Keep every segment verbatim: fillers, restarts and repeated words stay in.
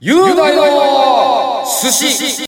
雄大の寿司。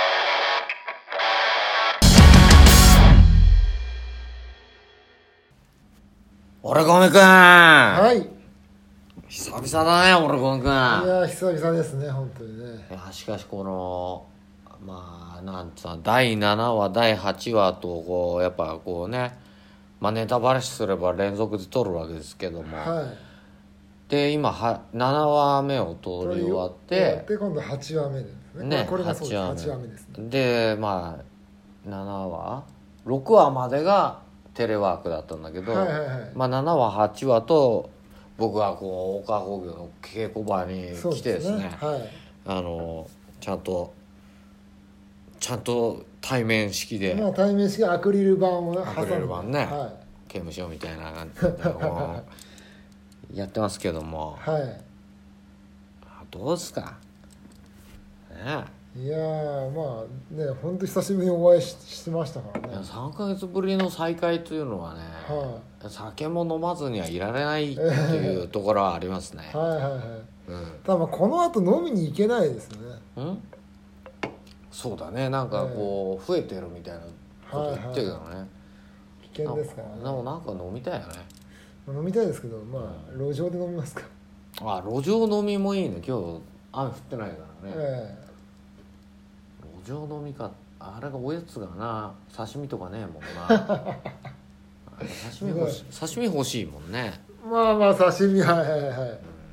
俺ごめくん、 はい。 久々だね俺ごめくん。いや久々ですね本当にね。 いやしかしこのまあなんつうのだいななわだいはちわとこうやっぱこうね、まあネタバラシすれば連続で撮るわけですけども、 はい。 で今はななわめを撮り終わってで今度はちわめですね。 ねこれがそうです。 はちわめはちわめですね。 でまあななわろくわまでがテレワークだったんだけど、 はいはいはい。 まあななわはちわと僕はこう大川工業の稽古場に来てですね、 はい。 あのちゃんとちゃんと対面式で、 まあ対面式アクリル板を挟んで、 アクリル板ね、 は刑務所みたいな感じでこうやってますけども、 い。はどうですかね。 い。いやーまあね本当久しぶりにお会い し, してましたからね。 いやさんかげつぶりの再会というのはね、 は酒も飲まずにはいられないっていうところはありますね。 いはいはいはい。 うんただまあこの後飲みに行けないですよね。 うんそうだね、なんかこう増えてるみたいなこと言ってるけどね、 はいはい、危険ですからね。 でもなんか飲みたいよね。 飲みたいですけどまあ路上で飲みますか。 あ、路上飲みもいいね。今日雨降ってないからね、 え路上飲みか。あれがおやつがな、刺身とかねえもんな刺身欲しい、刺身欲しいもんね。 えまあまあ刺身はいはいはい、うん、 そう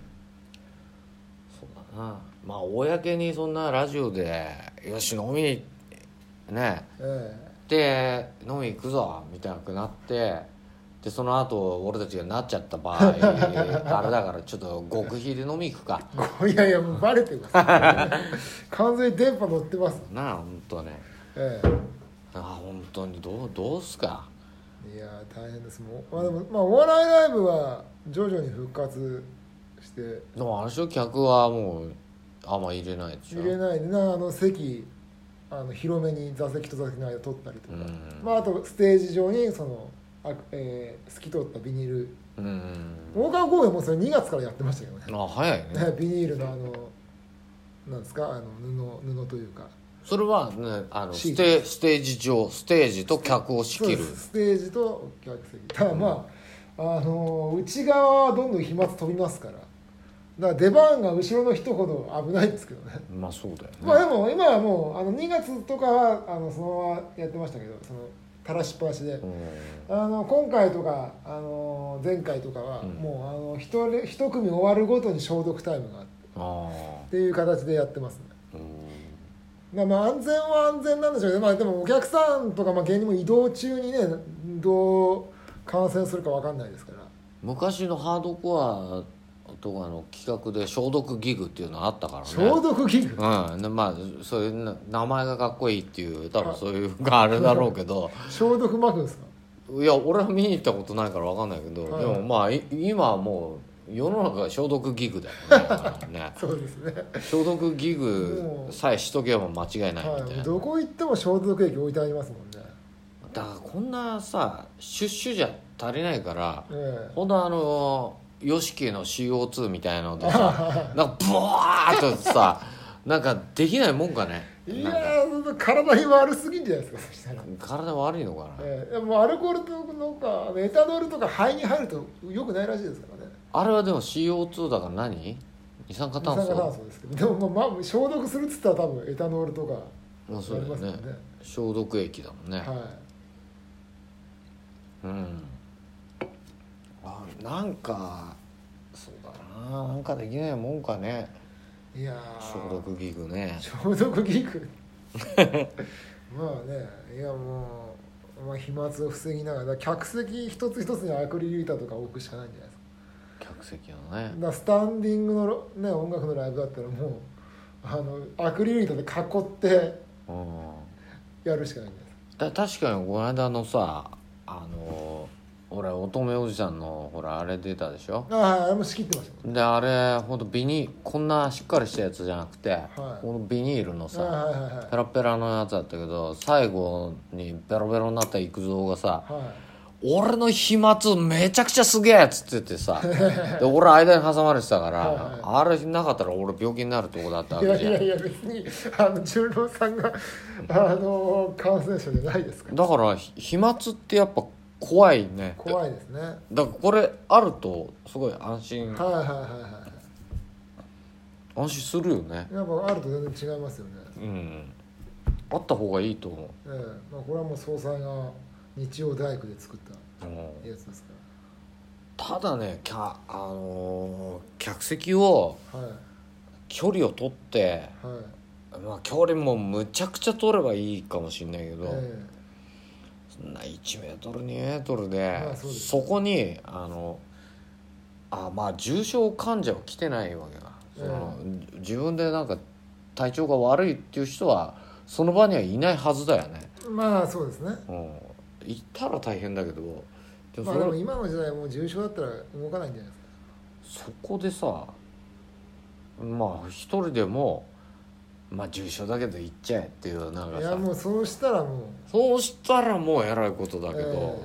だな。まあ公にそんなラジオでよし飲みねえで飲み行くぞみたいななって、でその後俺たちがなっちゃった場合あれだからちょっと極秘で飲み行くかえいやいやもうバレてます完全に電波乗ってますなあ。ほんとね、 ええあ本当にどうどうすか。 いや大変ですもう、まあ、でも、まあ、お笑いライブは徐々に復活してでもあの人客はもうあんま入れないでしょ。 入れないでな、あの席あの広めに座席と座席の間取ったりとか、 うんまあ、あとステージ上にそのあ、えー、透き通ったビニール、 うん大川公園もそれにがつからやってましたけどね。 あ早いねビニールのあのなんですか、あの布布というかそれはね、あのシートステステージ上ステージと客を仕切る。 そうですステージと客席。ただまあ、あの内側はどんどん飛沫飛びますから、だから出番が後ろの人ほど危ないんですけどね。 まあそうだよね。 まあでも今はもうあのにがつとかはあのそのままやってましたけど、その垂らしっぱなしで、 うんあの今回とかあの前回とかは、 うんもうあの一人一組終わるごとに消毒タイムがあってあっていう形でやってますね。 あうんまあ、まあ安全は安全なんでしょうけど、まあ、でもお客さんとかまあ芸人も移動中にねどう感染するか分かんないですから。 昔のハードコアとかの企画で消毒ギグっていうのあったからね。 消毒器具、 うんでまあそういうな名前がかっこいいっていう多分そういうがあれだろうけど消毒巻くんですか。 いや俺は見に行ったことないから分かんないけど、 はいでもまあい今はもう世の中が消毒ギグだよねだからねそうですね、 消毒ギグさえしとけば間違いないみたいな、 はい、どこ行っても消毒液置いてありますもんね。 だからこんなさシュッシュじゃ足りないから、 ええほんとあのヨシキの シーオーツー みたいなのでさなんかブワーッとさなんかできないもんかね。 いなんかやー体に悪すぎんじゃないですかそしたら。 体悪いのかな、 ええ、もうアルコールとかエタノールとか肺に入ると良くないらしいですからね。 あれはでも シーオーツー だから何二酸化炭素。 二酸化炭素ですけど、でもまあ、まあ、消毒するっつったら多分エタノールとかまあそうだよねありますよね。 消毒液だもんね、 はいうんあなんかそうだな、なんかできないもんかね。 いや消毒ギグね。 消毒器具まあね、いやもう、まあ、飛沫を防ぎながら客席一つ一つにアクリル板とか置くしかないんじゃないですか。 客席のね。 だからスタンディングの、ね、音楽のライブだったらもうあのアクリル板で囲ってうんやるしかないんじゃないですか。 だ確かにこの間のさあの俺乙女おじさんのほらあれ出たでしょ。 あああれも仕切ってましたもん。 であれほんとビニこんなしっかりしたやつじゃなくて、 いこのビニールのさ、 はいはいはいペラペラのやつだったけど最後にベロベロになった幾三がさは 「 俺の飛沫めちゃくちゃすげえっつっててさで俺間に挟まれてたから、はいはい、あれなかったら俺病気になるとこだったわけじゃん。 いやいやいや別にあの十郎さんがあの感染症じゃないですから。 だから飛沫ってやっぱ怖いね。 怖いですね。 だからこれあるとすごい安心、 はいはいはいはい、 安心するよね。 やっぱあると全然違いますよね。 うん、あった方がいいと思う。 ええ、まあ、これはもう総裁が日曜大工で作ったやつですから、うん、ただねきゃ、あのー、客席を距離を取って、はい、まあ、距離もむちゃくちゃ取ればいいかもしれないけど、えそんないちメートルにメートルで、まあ、 そ, でそこにあのあまあ重症患者は来てないわけだ、えその自分でなんか体調が悪いっていう人はその場にはいないはずだよね。 まあそうですね、 うん、行ったら大変だけど、 でも、まあ、でも今の時代もう重症だったら動かないんじゃないですか。 そこでさ、まあ一人でもまあ重症だけど行っちゃえっていうなんかさ、 いやもうそうしたらもうそうしたらもうえらいことだけど、え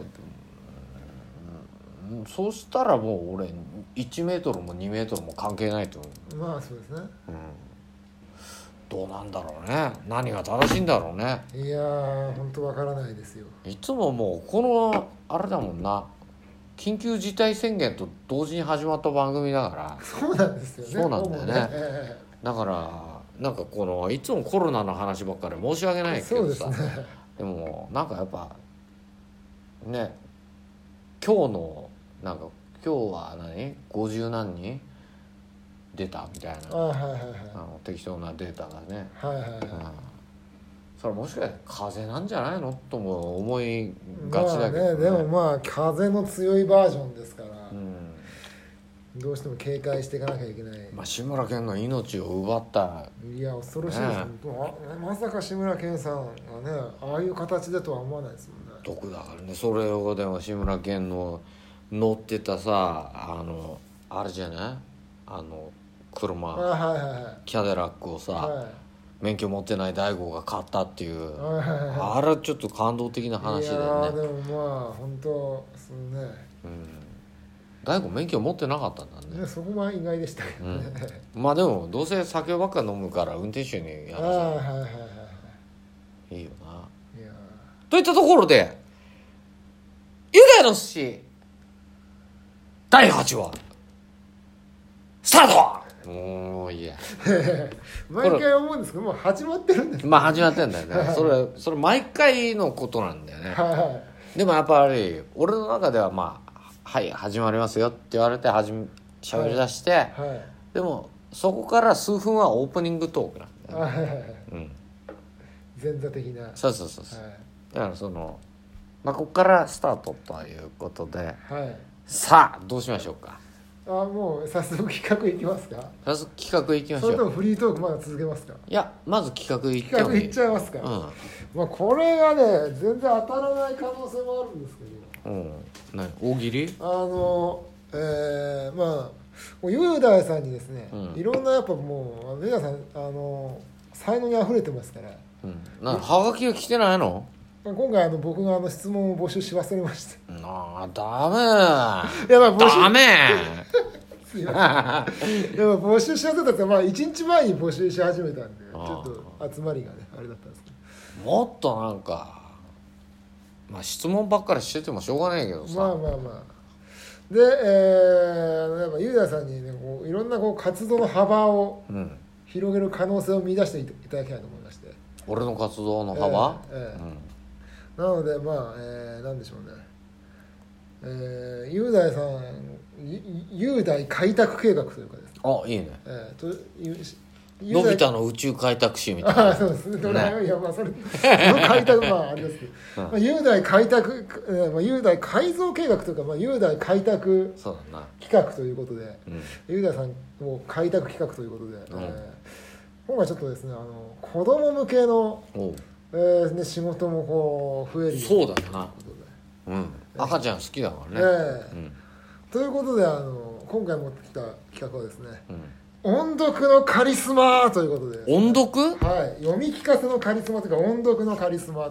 ーうん、そうしたらもう俺いちメートルもにメートルも関係ないと思う。 まあそうですね、 うん、どうなんだろうね、何が正しいんだろうね。 いやー本当わからないですよ。 いつももうこのあれだもんな、緊急事態宣言と同時に始まった番組だから。 そうなんですよね。 そうなんだよね、 ねえー、 だからなんかこのいつもコロナの話ばっかり申し訳ないけどさ、 そうですね、 でもなんかやっぱね、今日のなんか今日は何ごじゅう何人出たみたいな、 あ、はいはいはい、 あの適当なデータがね、 はいはいはい、うん、 それもしかしたら風邪なんじゃないのとも思いがちだけど、ね、 まあね、でもまあ風の強いバージョンですから、 うん、 どうしても警戒していかなきゃいけない。 まあ、志村けんの命を奪った、 いや恐ろしいです、ね、まさか志村けんさんがねああいう形でとは思わないですもんね。 毒だからね。それをでも志村けんの乗ってたさ、あのあれじゃない、あの車、 あ、はいはいはい、 キャデラックをさ、はい、免許持ってない大悟が買ったっていう、はいはいはい、あれはちょっと感動的な話だよね。 いやでもまあ本当そうね、 うん、大悟免許持ってなかったんだね。 ね、そこは意外でしたけどね、 うん、まあでもどうせ酒ばっか飲むから運転手にやらせる、はいはいはいはい、いいよな。いやといったところでユダヤの寿司だいはちわスタート。もういいや毎回思うんですけどもう始まってるんです、 まあ始まってんだよねそれそれ毎回のことなんだよね、はい、でもやっぱり俺の中ではまあはい始まりますよって言われて始め喋り出して、はいはい、でもそこから数分はオープニングトークなんだよね、はいはいはい、うん、 前座的な。 そうそうそうそう、はい、だからそのまあここからスタートということで、はい、さあどうしましょうか。 あ、もう早速企画いきますか。 早速企画いきましょう。 それともフリートークまだ続けますか。 いやまず企画いっちゃ企画いっちゃいますか、うん、まあ、これがね全然当たらない可能性もあるんですけど、うん、 何大喜利、 あのえー、まあ雄大さんにですね、うん、いろんなやっぱもう皆さんあの才能にあふれてますから、 うん、なんかはがきが来てないの。 今回あの僕があの質問を募集し忘れました。 ああダメやばい募集ダメすいませんでも募集し忘れたんですが、まあいちにちまえに募集し始めたんでちょっと集まりがねあれだったんですけど、もっとなんかまあ質問ばっかりしててもしょうがないけどさ、 まあまあまあで、えー、やっぱ雄大さんにねこういろんなこう活動の幅を広げる可能性を見出していただきたいと思いまして、 俺の活動の幅、えーえーうんなのでまあ、えー、なんでしょうね、えー、雄大さん雄大開拓計画というかですね、 あいいね、 えー、とのび太の宇宙開拓史みたいな。 あそうですね、ね、いやまあそれその開拓まああれですけど、うんまあ、雄大開拓、えーまあ、雄大改造計画というか、まあ、雄大開拓企画ということで、うん、雄大さんを開拓企画ということで、うん、えー、今回ちょっとですねあの子供向けのえーね、仕事もこう増えるよそうだな、うん、赤ちゃん好きだからね、えーうん、 ということであの今回持ってきた企画はですね、うん、音読のカリスマということで、ね、 音読、 はい、読み聞かせのカリスマというか音読のカリスマということで、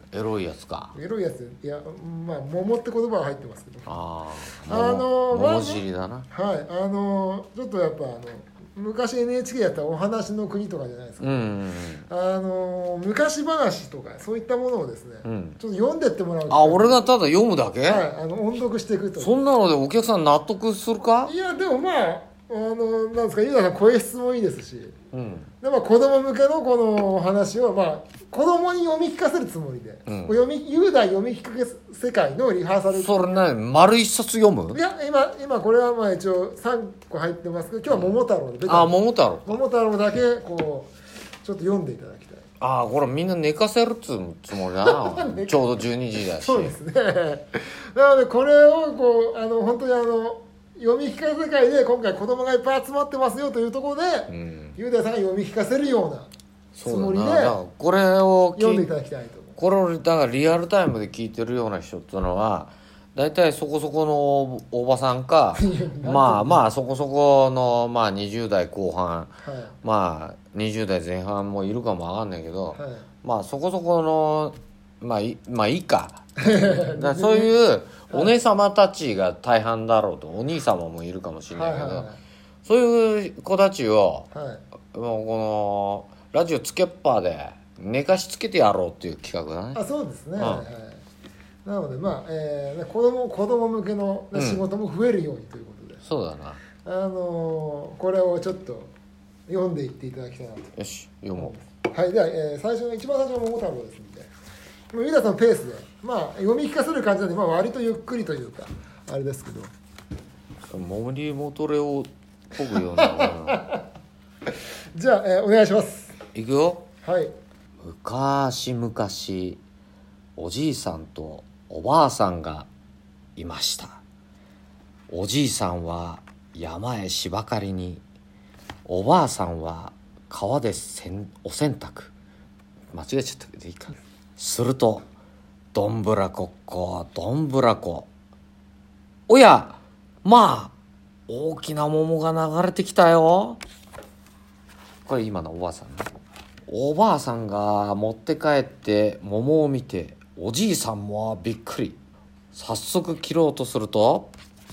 エロいやつか。 エロいやつ、いやまあ桃って言葉は入ってますけど、 ああの桃尻だな、 まあ、はいあのちょっとやっぱあの昔 エヌエイチケー やったお話の国とかじゃないですか、 うんうんうん、 あの昔話とかそういったものをですね、うん、ちょっと読んでってもらう。 あ、俺がただ読むだけ？ はい、あの音読していくと。 そんなのでお客さん納得するか？ いやでもまああのなんですか、ゆうださん声質もいいですし、 うん、 でまあ子供向けのこの話をまあ子供に読み聞かせるつもりで、うん、読み雄大読み聞かせ世界のリハーサル。 それね、丸一冊読む？ いや今今これはまあ一応さんこ入ってますけど、今日は桃太郎で、 あ、桃太郎桃太郎だけこうちょっと読んでいただきたい。 ああ、これみんな寝かせるっつうつもりだなちょうどじゅうにじだし。 そうですねなのでこれをこうあの本当にあの読み聞かせ世界で今回子供がいっぱい集まってますよというところで、うん、雄大さんが読み聞かせるようなつもりでこれを読んでいただきたいと思う。 これをだからリアルタイムで聞いてるような人っていうのは大体そこそこのおばさんかまあまあそこそこのまあにじゅう代後半、はい、まあにじゅう代前半もいるかもわかんないけど、はい、まあそこそこのまあいまあいいかだそういうお姉様たちが大半だろうと、お兄様もいるかもしれないけど、はいはいはい、そういう子たちを、はい、もうこのラジオつけっぱで寝かしつけてやろうっていう企画だね。 あ、そうですね、うん、はい、なのでまあ、えー、子供子供向けの仕事も増えるようにということで、 うん、そうだな、 あのー、これをちょっと読んでいっていただきたいなと。 よし、読もう。はい、では、えー、最初の一番最初の桃太郎ですので、ゆうださんのペースで、まあ、読み聞かせる感じなんで、まあ、割とゆっくりというかあれですけど、 森本レオっぽく読んだなじゃあ、えー、お願いします。 いくよ。 はい。 昔々おじいさんとおばあさんがいました。おじいさんは山へ芝刈りに、おばあさんは川でせんお洗濯。間違えちゃったけどいいか。するとどんぶらこっこどんぶらこ、おやまあ大きな桃が流れてきたよ。これ今のおばあさんね。おばあさんが持って帰って桃を見ておじいさんもびっくり。早速切ろうとすると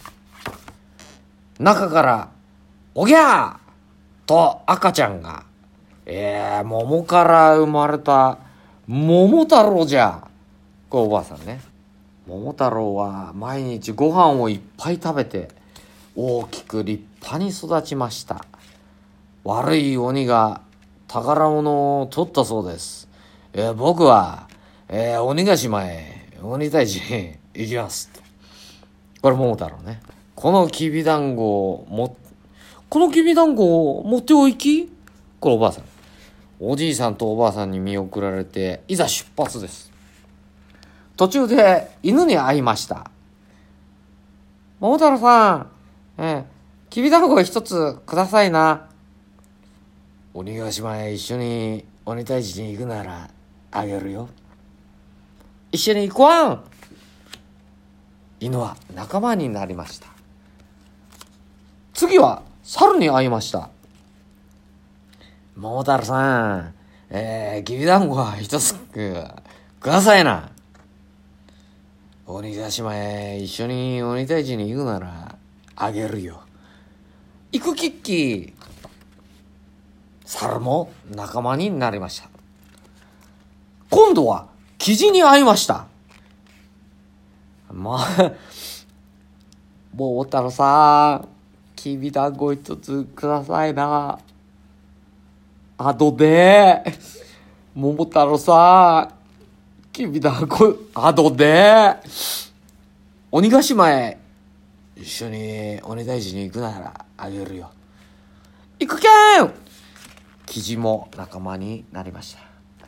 中からおぎゃーと赤ちゃんが、えー、桃から生まれた桃太郎じゃ。これおばあさんね。桃太郎は毎日ご飯をいっぱい食べて大きく立派に育ちました。悪い鬼が宝物を取ったそうです。えー、僕は、えー、鬼ヶ島へ鬼退治に行きますと。これ桃太郎ね。このきびだんごをもこのきびだんごを持っておいき。これおばあさん。おじいさんとおばあさんに見送られていざ出発です。途中で犬に会いました。桃太郎さん、えー、きびだんご一つくださいな。鬼ヶ島へ一緒に鬼退治に行くならあげるよ。一緒に行こわん。犬は仲間になりました。次は猿に会いました。桃太郎さん、えー、きびだんごは一つくださいな。鬼ヶ島へ一緒に鬼退治に行くならあげるよ。行くきっき。猿も仲間になりました。今度はキジに会いました。まあ桃太郎さん、きびだんご一つくださいな。あとで桃太郎さん、きびだんごあとで鬼ヶ島へ一緒に鬼退治に行くならあげるよ。行くけん。キジも仲間になりました。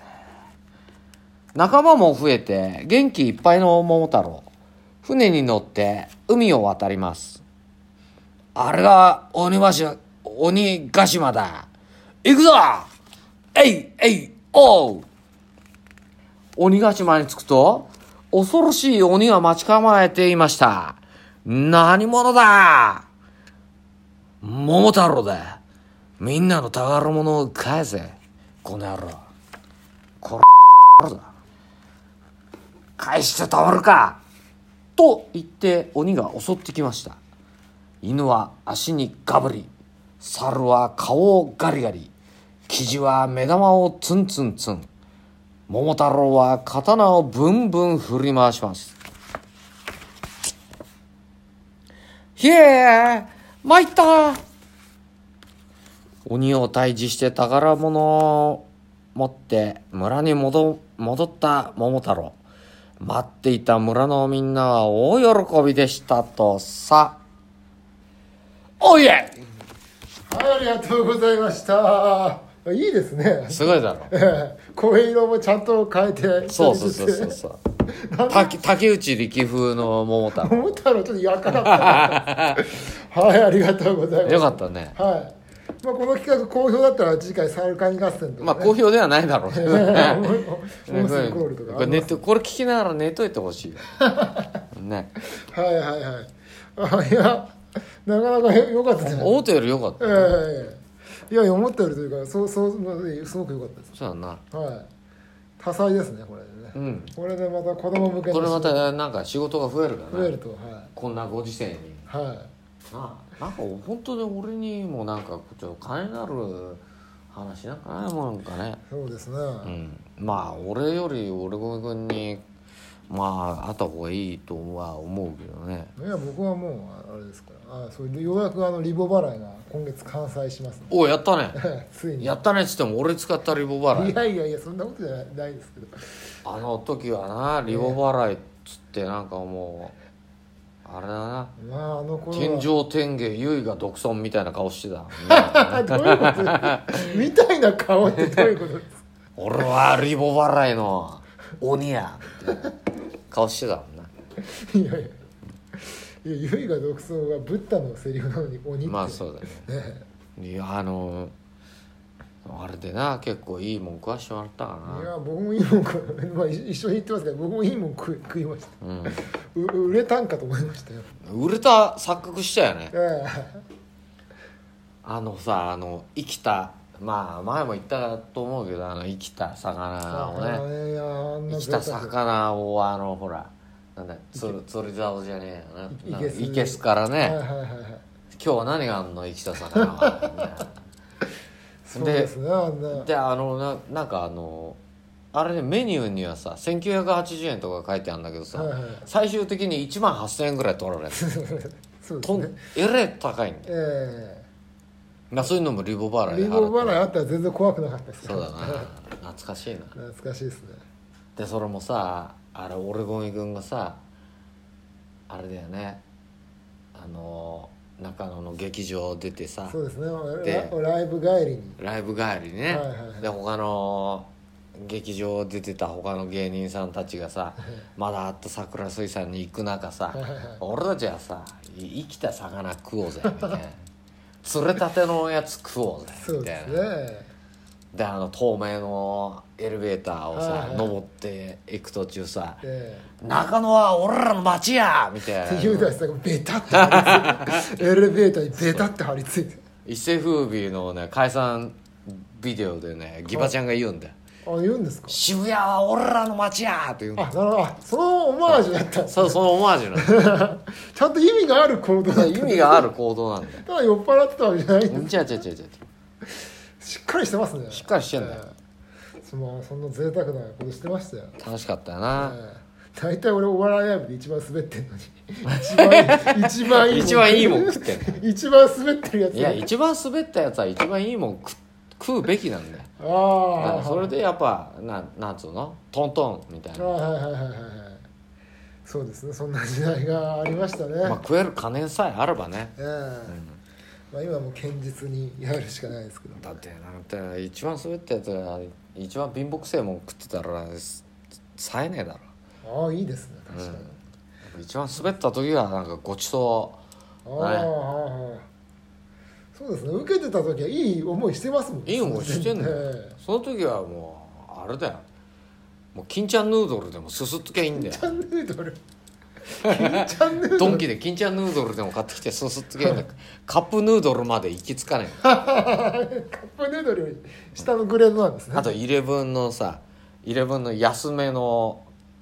仲間も増えて元気いっぱいの桃太郎、船に乗って海を渡ります。あれが鬼ヶ島、鬼ヶ島だ。行くぞ。えいえいおう。鬼ヶ島に着くと恐ろしい鬼が待ち構えていました。何者だ。桃太郎だ。みんなの宝物を返せ。この野郎。これだ。 返してたまるかと言って鬼が襲ってきました。犬は足にガブリ、猿は顔をガリガリ、キジは目玉をツンツンツン、桃太郎は刀をブンブン振り回します。ひえー参った。鬼を退治して宝物を持って村に戻戻った桃太郎。待っていた村のみんなは大喜びでしたとさ。おいえ。 はい、ありがとうございました。いいですね。 すごいだろ。 声色もちゃんと変えて。 そうそうそうそうそう。竹, 竹内力風の桃太郎。 桃太郎ちょっとやからった。はい、ありがとうございます。 よかったね。 はい。まあこの企画好評だったら次回サルカニ合戦とか、ね。 まあ好評ではないだろうね。 これネットこれ聞きながら寝といてほしいよ。ね。 はいはいはい。あいやなかなか良かったじゃない。 思ったより良かった、 ね。えー、いやいや思ったよりというかそうそうすごく良かったです。 そうやな。 はい。多彩ですねこれでね。うん。これでまた子供向けこれまたなんか仕事が増えるからね。 増えるとはい。 こんなご時世に。 はい。 なあ、なんか本当に俺にもなんかちょっと金になる話なんかないもんかね。 そうですね。 うん。まあ俺より俺ご君にまああった方がいいとは思うけどね。 いや僕はもうあれですから。ああそうようやくあのリボ払いが今月完済します、ね。 おやったね。 ついに。 やったねっつっても俺使ったリボ払い。 いやいやいやそんなことじゃないですけど。 あの時はなリボ払いっつってなんかもう。あれだな、まあ、あの頃天上天下唯我独尊みたいな顔してたどういうことみたいな顔ってどういうことですか。 俺はリボ払いの鬼やって顔してたもんな。 いやいやいや唯我独尊はブッダのセリフなのに鬼ってまあそうだね。ねいやあのあれでな結構いいもん食わしてもらったかな。 いや僕もいいもん食う、まあ、一緒に行ってますけど僕もいいもん食い、食いました、うん、う売れたんかと思いましたよ。 売れた錯覚したよね、 ええ、 あのさあの生きたまあ前も言ったと思うけどあの生きた魚をねいや生きた魚をあのほらなんだ釣り竿じゃねえよな、いけすからね、はいはいはいはい、今日は何があんの生きた魚はそうですね、あんなであの な, なんかあのあれねメニューにはさせんきゅうひゃくはちじゅうえんとか書いてあるんだけどさ、はいはい、最終的にいちまんはっせんえんぐらい取られるそうですねえらい高いんだよ、えーまあ、そういうのもリボ払いリボ払いあったら全然怖くなかったですそうだな懐かしいな懐かしいですね。 でそれもさあれオレゴン君がさあれだよねあの中野の劇場出てさそうですねでライブ帰りにライブ帰りにね、はいはいはい、で他の劇場出てた他の芸人さんたちがさまだあった桜水産に行く中さ俺たちはさ生きた魚食おうぜみたいな釣れたてのやつ食おうぜみたいなそうですね。であの透明のエレベーターをさ、はいはい、登っていく途中さ、えー、中野は俺らの街やみたいな雄大さんがベタって張り付いてエレベーターにベタって張り付いて一世風靡のね解散ビデオでねギバちゃんが言うんだよ。 あ言うんですか。 渋谷は俺らの街やって言うんだよ。 あなるほどそのオマージュだったんです、ね、 そうそのオマージュなんだちゃんと意味がある行動だった意味がある行動なんだよただ酔っ払ってたわけじゃないんです違う違う違う違うしっかりしてますね。 しっかりしてんだよ、えーそのそんな贅沢なことしてましたよ。 楽しかったよな、 えー、大体俺お笑いライブで一番滑ってんのに一番一番いい一番いいもん食ってんの一番滑ってるやついや一番滑ったやつは一番いいもん食うべきなんだよ。 ああそれでやっぱななんつうのトントンみたいな。あはいはいはいはいそうですねそんな時代がありましたね。 まあ食える金さえあればね、えーうんまあ、今も堅実にやるしかないですけどだってなんて一番滑ったやつが一番貧乏くせえもん食ってたら冴えねえだろ。ああいいですね確かに、 うん、一番滑った時はなんかごちそう、ね、ああそうですね受けてた時はいい思いしてますもんね。 いい思いしてんのよ、ね、その時はもうあれだよもう金ちゃんヌードルでもすすっときゃいいんだよ。 金ちゃんヌードル金ちゃんヌードルドンキで金ちゃんヌードルでも買ってきてすすっときゃいいんだカップヌードルまで行き着かないカップヌードルより下のグレードなんですね。 あとイレブンのさイレブンの安めの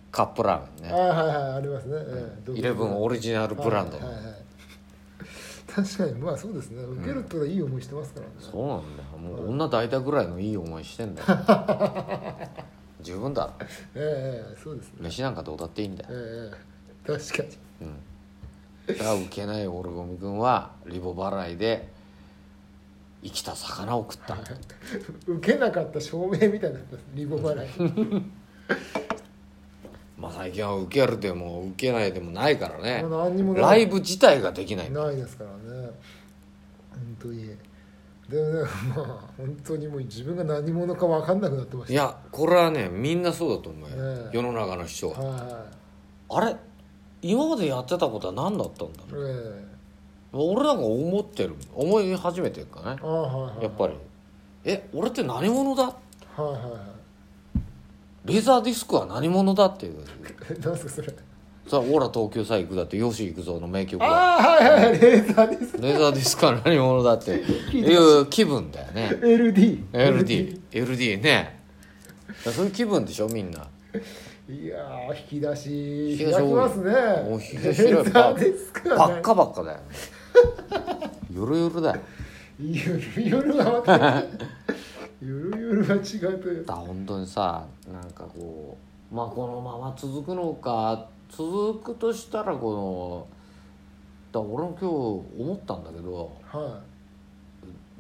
カップラーメンね。 あはいはいありますね、 うん、イレブンオリジナルブランドの、はいはいはい、 確かにまあそうですね、受けるといい思いしてますからね、 うん、そうなんだよ、もう女抱いたぐらいのいい思いしてんだよ十分だろ。 ええそうですね、 飯なんかどうだっていいんだよ、 ええ確かに、 うん、だから受けないオルゴミ君はリボ払いで生きた魚を食った受けなかった証明みたいになってますリボ払いまあ最近は受けるでも受けないでもないからね、 まあ、何にもないライブ自体ができないないですからね本当に。でもねまあ本当にもう自分が何者か分かんなくなってました。 いやこれはねみんなそうだと思うよ、ね、世の中の人は、はいはい、あれ今までやってたことは何だったんだろう、えー、俺なんか思ってる思い始めてるからね、はいはいはい、やっぱりえ俺って何者だ、はいはいはい、レーザーディスクは何者だっていう何すかそれ。 さあオーラ東京さえ行くだって吉幾三の名曲がああはいはいレーザーディスクレーザーディスクは何者だっていう気分だよねエルディーエルディー エルディー ねそういう気分でしょみんな。 いやー引き出し開きますね。もう引き出しレーザーディスクはばっかばっかだよゆるゆるだよゆるゆるはまたゆるゆるは違うというだ本当にさなんかこうまあこのまま続くのか続くとしたらこのだ俺も今日思ったんだけど、はい、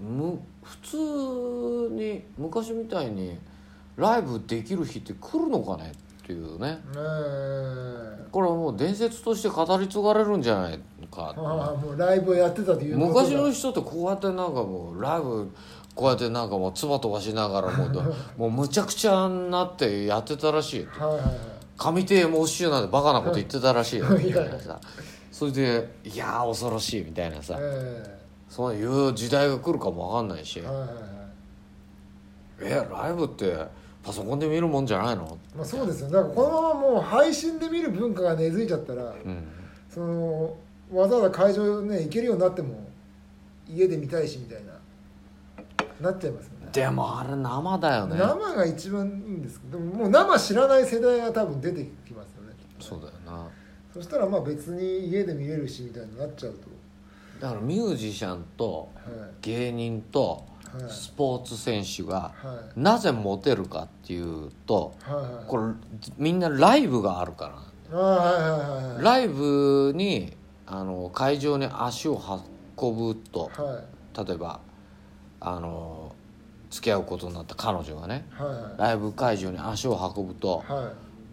む普通に昔みたいにライブできる日って来るのかねっていうね、えー、これはもう伝説として語り継がれるんじゃないかってあもうライブをやってたということ昔の人ってこうやってなんかもうライブこうやってなんかもう唾飛ばしながらもうもうむちゃくちゃになってやってたらしいはいはいはい上手もしゅうなんてバカなこと言ってたらしいよみたいなさそれでいやー恐ろしいみたいなさ、えー、そういう時代が来るかも分かんないし、はいはいはい、えライブってパソコンで見るもんじゃないの、 まあ、そうですよだからこのままもう配信で見る文化が根付いちゃったら、うん、そのわざわざ会場ね行けるようになっても家で見たいしみたいななっちゃいますよね。 でもあれ生だよね。 生が一番いいんですけどもう生知らない世代が多分出てきますよね。 そうだよな。 そしたらまあ別に家で見れるしみたいになっちゃうとだからミュージシャンと芸人とスポーツ選手がなぜモテるかっていうとこれみんなライブがあるからライブにあの会場に足を運ぶと例えばあの付き合うことになった彼女がね、はいはい、ライブ会場に足を運ぶと、はい、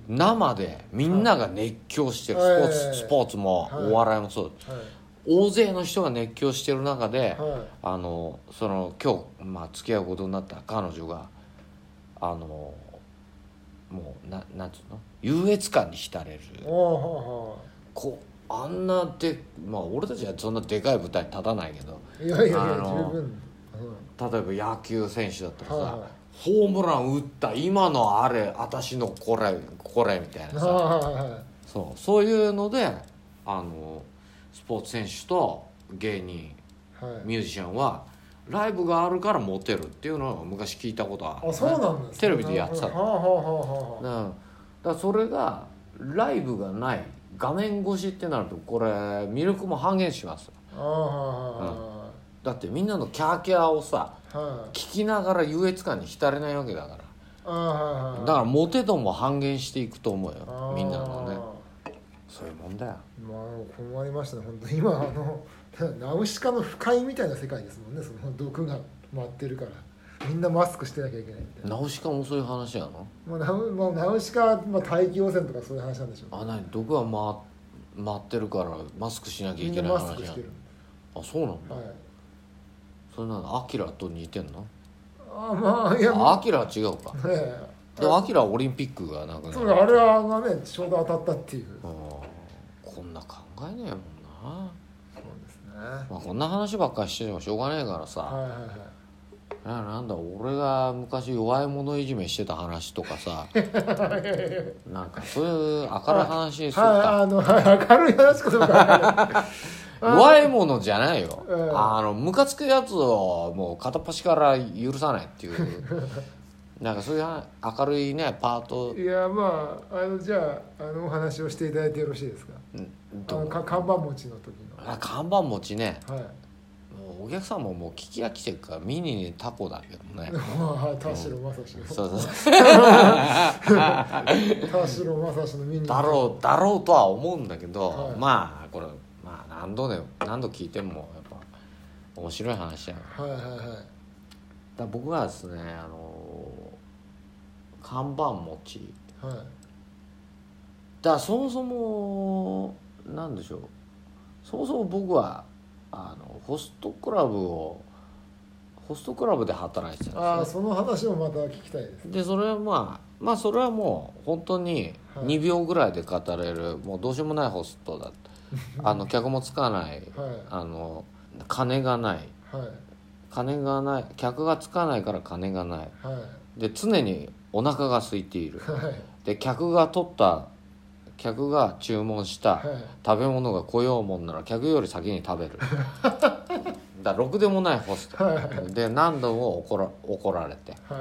生でみんなが熱狂してる、はい、スポーツ、はい、スポーツも、はい、お笑いもそうです、はい、大勢の人が熱狂してる中で、はい、あのその今日、まあ、付き合うことになった彼女があのもうななんていうの優越感に浸れるこうあんなでまあ俺たちはそんなでかい舞台に立たないけどいやいやいや十分例えば野球選手だったらさ、はいはい、ホームラン打った今のあれ私のこれこれみたいなさ、はいはい、そうそういうのであのスポーツ選手と芸人、はい、ミュージシャンはライブがあるからモテるっていうのを昔聞いたことある、 ね、あそうなんです、ね、 テレビでやってたの、はあはあはあ、だからそれがライブがない画面越しってなるとこれ魅力も半減します、あ、はあはあうんだってみんなのキャーキャーをさ、はい、聞きながら優越感に浸れないわけだから、はい、だからモテ度も半減していくと思うよみんなのねそういうもんだよ。 まあ困りましたね本当に今あのナウシカの不快みたいな世界ですもんねその毒が回ってるからみんなマスクしてなきゃいけないみたいな。 ナウシカもそういう話やの、 まあ、ナウ、まあ、ナウシカは、まあ、大気汚染とかそういう話なんでしょう、ね、 あ何毒が回、回ってるからマスクしなきゃいけない話やん。みんなマスクしてる。あそうなんだ、はいそれなのアキラと似てんの？あまあいやアキラは違うか。ねでもアキラはオリンピックがなんかね。 そうあれはねちょうど当たったっていう。 こんな考えねえもんな。そうですね。 まあこんな話ばっかりしててもしょうがねえからさ。はいはいはい。なんだ俺が昔弱い者いじめしてた話とかさなんかそういう明るい話するか。はいあの明るい話かどうか。弱いものじゃないよ、うん、あのムカつくやつをもう片っ端から許さないっていうなんかそういう明るいねパート。 いやまああのじゃああのお話をしていただいてよろしいですか。あのか看板持ちの時の。 あ看板持ちね。 はい。 もうお客さんももう聞き飽きてるからミニにタコだけどね。 まあ田代正史。 そうそう。 田代正史のミニ。 だろうだろうとは思うんだけど、 はい、 まあこれまあ何度ね何度聞いてもやっぱ面白い話やん。 はいはいはい。 だ僕はですねあの看板持ち。 はい。 だからそもそもなんでしょう。そもそも僕はあのホストクラブをホストクラブで働いてたんです、ね、 ああその話もまた聞きたいです、ね、 でそれはまあまあそれはもう本当ににびょうぐらいで語れる、はい、もうどうしようもないホストだったあの客もつかない、はい、あの金がない、はい、金がない客がつかないから金がない、はい、で常にお腹が空いている、はい、で客が取った客が注文した食べ物が来ようもんなら客より先に食べるだろくでもないホスト、はい、で何度も怒ら、怒られて、はい、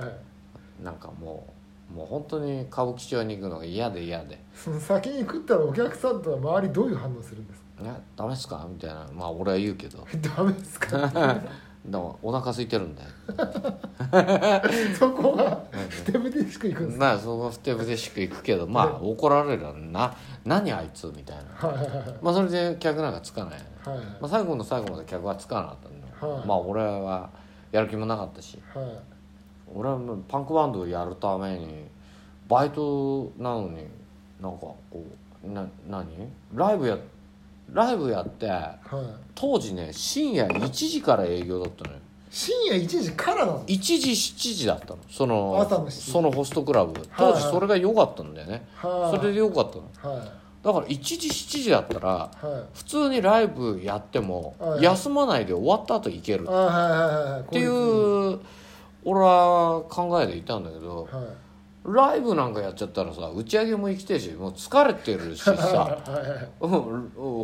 なんかもうもう本当に歌舞伎町に行くのが嫌で嫌でその先に食ったらお客さんとは周りどういう反応するんですか。 ね、ダメっすかみたいなまあ俺は言うけどダメっすかでもお腹空いてるんだよそこはふてぶてしく行くんですか。 まあそこはふてぶてしく行くけどまあ怒られるな何あいつみたいな、はいはいはい、まあそれで客なんかつかない、はいはいまあ、最後の最後まで客はつかなかったんだよ、はい、まあ俺はやる気もなかったし、はい、俺はパンクバンドをやるためにバイトなのになんかこうな何ライブやライブやって、はい、当時ね深夜いちじから営業だったのよ。 深夜いちじからなの。 いちじしちじだったのその朝のしちじそのホストクラブ当時それが良かったんだよね、はい、それで良かったの、はい、だからいちじしちじだったら、はい、普通にライブやっても、はい、休まないで終わった後行けるっていう俺は考えでいたんだけど、はいライブなんかやっちゃったらさ打ち上げも行きてえしもう疲れてるしさ、はい、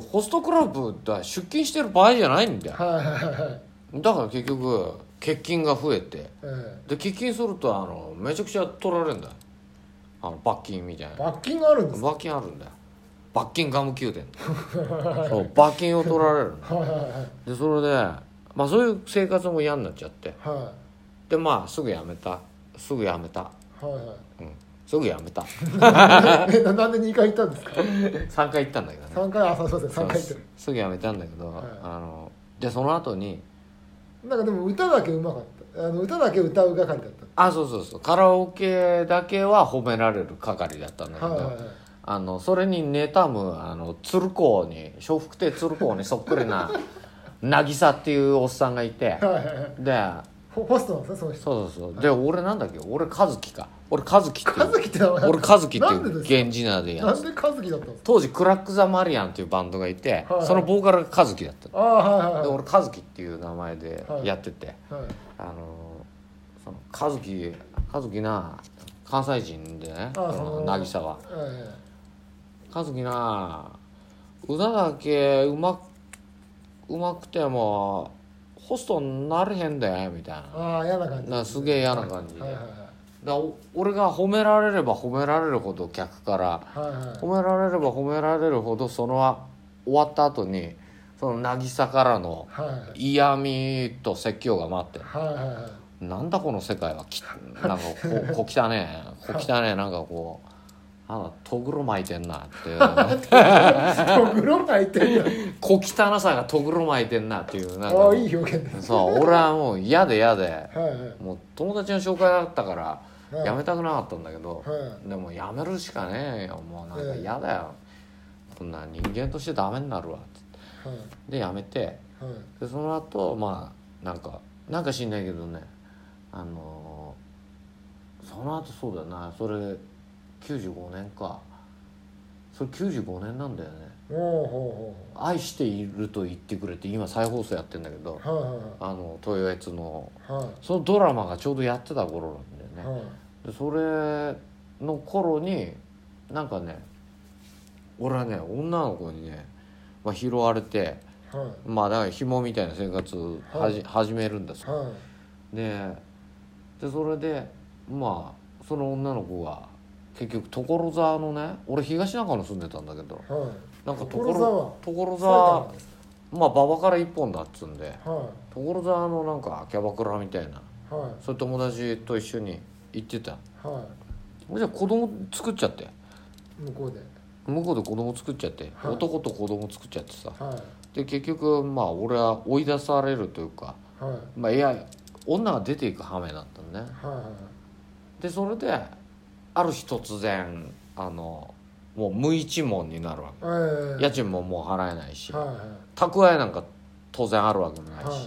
ホストクラブだ出勤してる場合じゃないんだよ、はい、だから結局欠勤が増えて、はい、で欠勤するとあのめちゃくちゃ取られるんだよあの罰金みたいな罰金があるんですか。 罰金あるんだよ罰金ガム宮殿そう罰金を取られるんだでそれでまあそういう生活も嫌になっちゃって、はい、でまあすぐ辞めたすぐ辞めたはいはいうん、すぐやめたなんでにかい行ったんですか。 さんかい行ったんだけどね。 さんかいあそうそうさんかい行ってるすぐやめたんだけど、はい、あのでその後になんかでも歌だけうまかったあの歌だけ歌う係だったあそうそうそうカラオケだけは褒められる係だったんだけど、はいはいはい、あのそれに妬むあの鶴光に笑福亭鶴光にそっくりな渚っていうおっさんがいて、はいはいはい、でホストなんですねその人。 そうそうそう、はい、で俺なんだっけ俺和樹か俺和樹っていう和樹って名前俺和樹っていう源氏名でやつなんで和樹だったんですか。 当時クラック・ザ・マリアンっていうバンドがいて、はいはい、そのボーカルが和樹だったあ、はいはいはい、で俺和樹っていう名前でやってて、はいはい、あのその和樹和樹な関西人でね渚は、はいはい、和樹な歌だけうまうまくてもホストになれへんでみたいなああ嫌な感じなすげえ嫌な感じで、はいはいはい、だ俺が褒められれば褒められるほど客から、はいはい、褒められれば褒められるほどその終わった後にその渚からの嫌味と説教が待って、はいはいはい、なんだこの世界はきなんかここ汚ねえこ汚ねえなんかこうあとぐろ巻いてんなってとぐろ巻いてんな小汚さがとぐろ巻いてんなっていうなんかああいい表現です、 そう俺はもう嫌で嫌で、はいはい、もう友達の紹介だったからやめたくなかったんだけど、はい、でもやめるしかねえよもうなんか嫌だよ、はい、こんな人間としてダメになるわって、はい、でやめて、はい、でその後まあなんかなんか知んないけどねあのー、その後そうだよなそれきゅうじゅうごねんかそれきゅうじゅうごねんなんだよねおうほうほう愛していると言ってくれって今再放送やってんだけど、はいはいはい、あの豊悦の、はい、そのドラマがちょうどやってた頃なんだよね、はい、でそれの頃になんかね俺はね女の子にね、まあ、拾われて、はい、まあだから紐みたいな生活はじ、はい、始めるんですよ、はい、で, でそれでまあその女の子が結局所沢のね、俺東中野住んでたんだけど、はい、なんか所沢所沢まあ馬場から一本だっつうんで、はい、所沢のなんかキャバクラみたいな、はい、そういう友達と一緒に行ってた、はい、俺じゃあ子供作っちゃって向こうで向こうで子供作っちゃって、はい、男と子供作っちゃってさ、はい、で結局まあ俺は追い出されるというか、はい、まあいや女が出ていく羽目だったんね、はい、でそれである日突然あのもう無一文になるわけ、はい、家賃ももう払えないし、はい、蓄えなんか当然あるわけもないし、はい、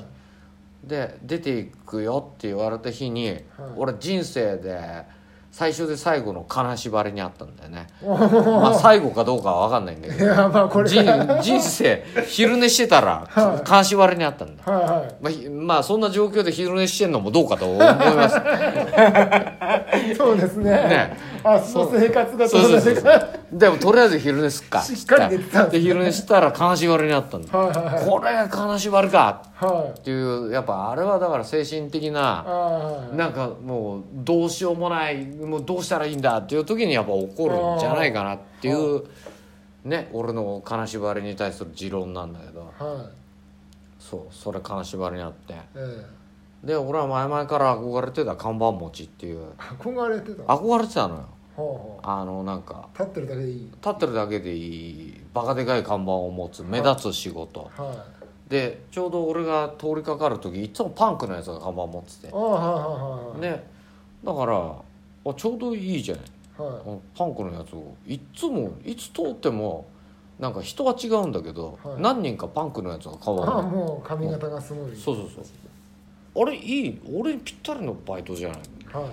で出ていくよって言われた日に、はい、俺人生で最初で最後の金縛りにあったんだよねまあ最後かどうかは分かんないんだけど、いや、まあ、これ人, 人生昼寝してたら金縛りにあったんだ、はいはい、まあ、まあそんな状況で昼寝してんのもどうかと思いますそうです ね, ねあその生活がそうですでもとりあえず昼寝すっかしっかり寝てたんです、ね、 で昼寝したら金縛りにあったんだ、はいはいはい、これが金縛りか、はい、っていうやっぱあれはだから精神的な、はい、なんかもうどうしようもないもうどうしたらいいんだっていう時にやっぱ起こるんじゃないかなっていうね、俺の金縛りに対する持論なんだけど、はい、そうそれ金縛りにあって、ええ、で俺は前々から憧れてた看板持ちっていう憧れてた憧れてたのよ、はあはあ、あのなんか立ってるだけでいい立ってるだけでいいバカでかい看板を持つ目立つ仕事、はいはい、でちょうど俺が通りかかる時いつもパンクのやつが看板持ってて、あ、はいはいはい、でだからあちょうどいいじゃない、はい、パンクのやつをいつもいつ通ってもなんか人は違うんだけど、はい、何人かパンクのやつが変わる。 ああもう髪型がすごい、 そうそうそうあれいい俺にぴったりのバイトじゃない、はい、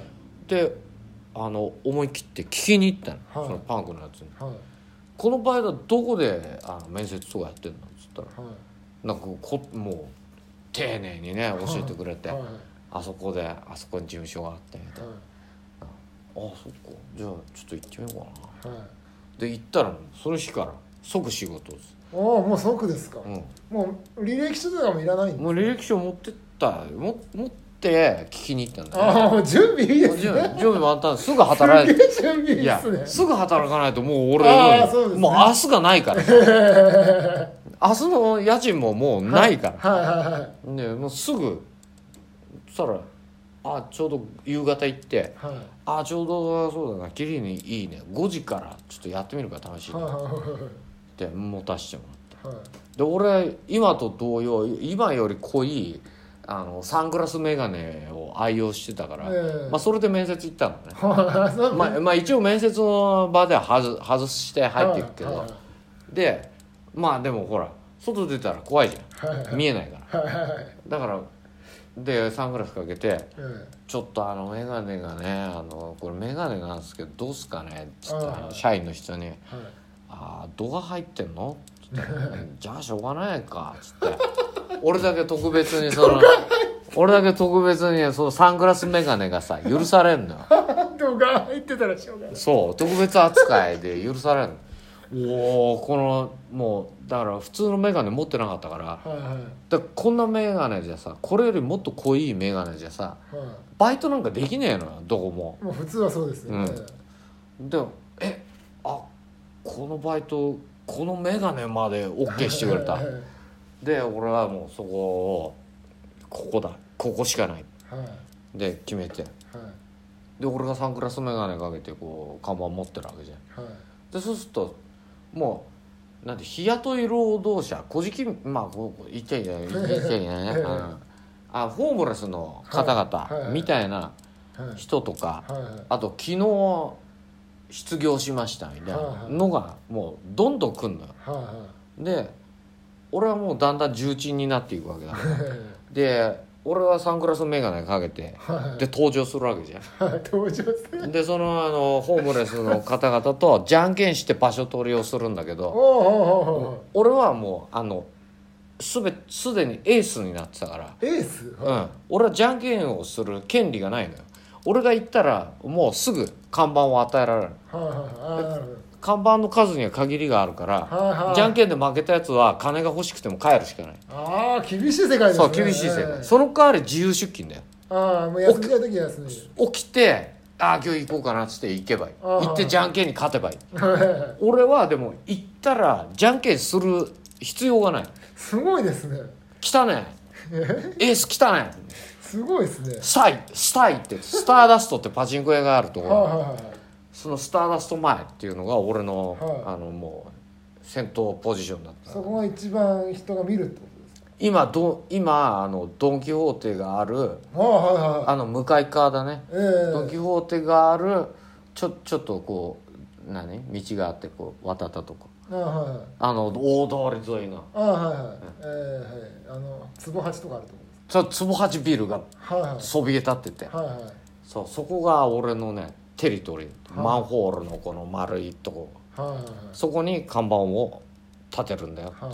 であの思い切って聞きに行ったの、はい、そのパンクのやつに、はい、このバイトはどこであの面接とかやってんのっつったら、はい、なんかこもう丁寧にね教えてくれて、はいはい、あそこであそこに事務所があってみたいな、はい、ああそっかじゃあちょっと行ってみようかな、はい、で行ったらその日から即仕事です。 ああもう即ですか、うん、もう履歴書とかもいらないんですか。 もう履歴書持ってったも持って聞きに行ったんだ、ね、 ああもう準備いいですね。 準備もあったんです。すぐ働いてすげえ準備いいですね。 いやすぐ働かないともう俺あそうです、ね、もう明日がないから明日の家賃ももうないから、はいはいはいはい、でもうすぐそしたらあちょうど夕方行って、はい、あちょうどそうだなキリにいいねごじからちょっとやってみるから試しに、はいはいはい、で持たしてもらって、はい、で俺今と同様今より濃いあのサングラスメガネを愛用してたから、えーまあ、それで面接行ったのねまあ、まあ一応面接の場では外外して入っていくけど、はいはい、でまあでもほら外出たら怖いじゃん、はいはい、見えないから、はいはい、だからでサングラスかけて、はい、ちょっとあのメガネがねあのこれメガネなんですけどどうすかねって言ったら社員の人に、はい、あ度が入ってんのって言ったらじゃあしょうがないかっつって俺だけ特別にその俺だけ特別にそのサングラスメガネがさ許されんのよ度が入ってたらしょうがないそう特別扱いで許されんのおおこのもうだから普通のメガネ持ってなかったから、はいはい、だからこんなメガネじゃさこれよりもっと濃いメガネじゃさ、はい、バイトなんかできねえのよどこももう普通はそうですね、 うん、でえあこのバイトこのメガネまで OK してくれたで俺はもうそこをここだここしかない、はい、で決めて、はい、で俺がサングラスメガネかけてこう看板持ってるわけじゃん、はい、でそうするともうなんて日雇い労働者小じまあこう言っちゃいけない言っちゃいけないね、うん、あホームレスの方々みたいな人とか、はいはいはい、あと昨日失業しましたみたいなのがもうどんどん来んのよ、はいはい、で俺はもうだんだん重鎮になっていくわけだで俺はサングラスメガネかけて、はい、で登場するわけじゃん、はい、登場するでそのあのホームレスの方々とじゃんけんして場所取りをするんだけど俺はもうあのすべすでにエースになってたからエース、 はい、うん、俺はじゃんけんをする権利がないのよ。俺が行ったらもうすぐ看板を与えられる、はいはいはい、看板の数には限りがあるから、はいはい、じゃんけんで負けたやつは金が欲しくても帰るしかない。 ああ厳しい世界ですね。 そう厳しい世界、その代わり自由出勤だよ。 ああもう休みたい時は休み起きてあ今日行こうかなっつって行けばいい、行ってじゃんけんに勝てばいい俺はでも行ったらじゃんけんする必要がない。 すごいですね。 来たねエース来たねすごいですね。 スタイスタイってスターダストってパチンコ屋があるところ、 はいはいはい、 そのスターダスト前っていうのが俺の、 はい、 あのもう先頭ポジションだった。 そこが一番人が見るってことですか。 今ど今あのドン・キホーテがある、 はいはいはい、 あの向かい側だね、 えー、 ドン・キホーテがあるちょちょっとこう何道があってこう渡ったとこ、 あ、はいはい、 あの大通り沿いの、 あ、はいはい、うん、えー、はい、あの坪八とかあるところですか。坪八ビルがそびえ立ってて、 はいはい、 そうそこが俺のねテリトリー、はい、マンホールのこの丸いとこ、はいはいはい、そこに看板を立てるんだよ、はい、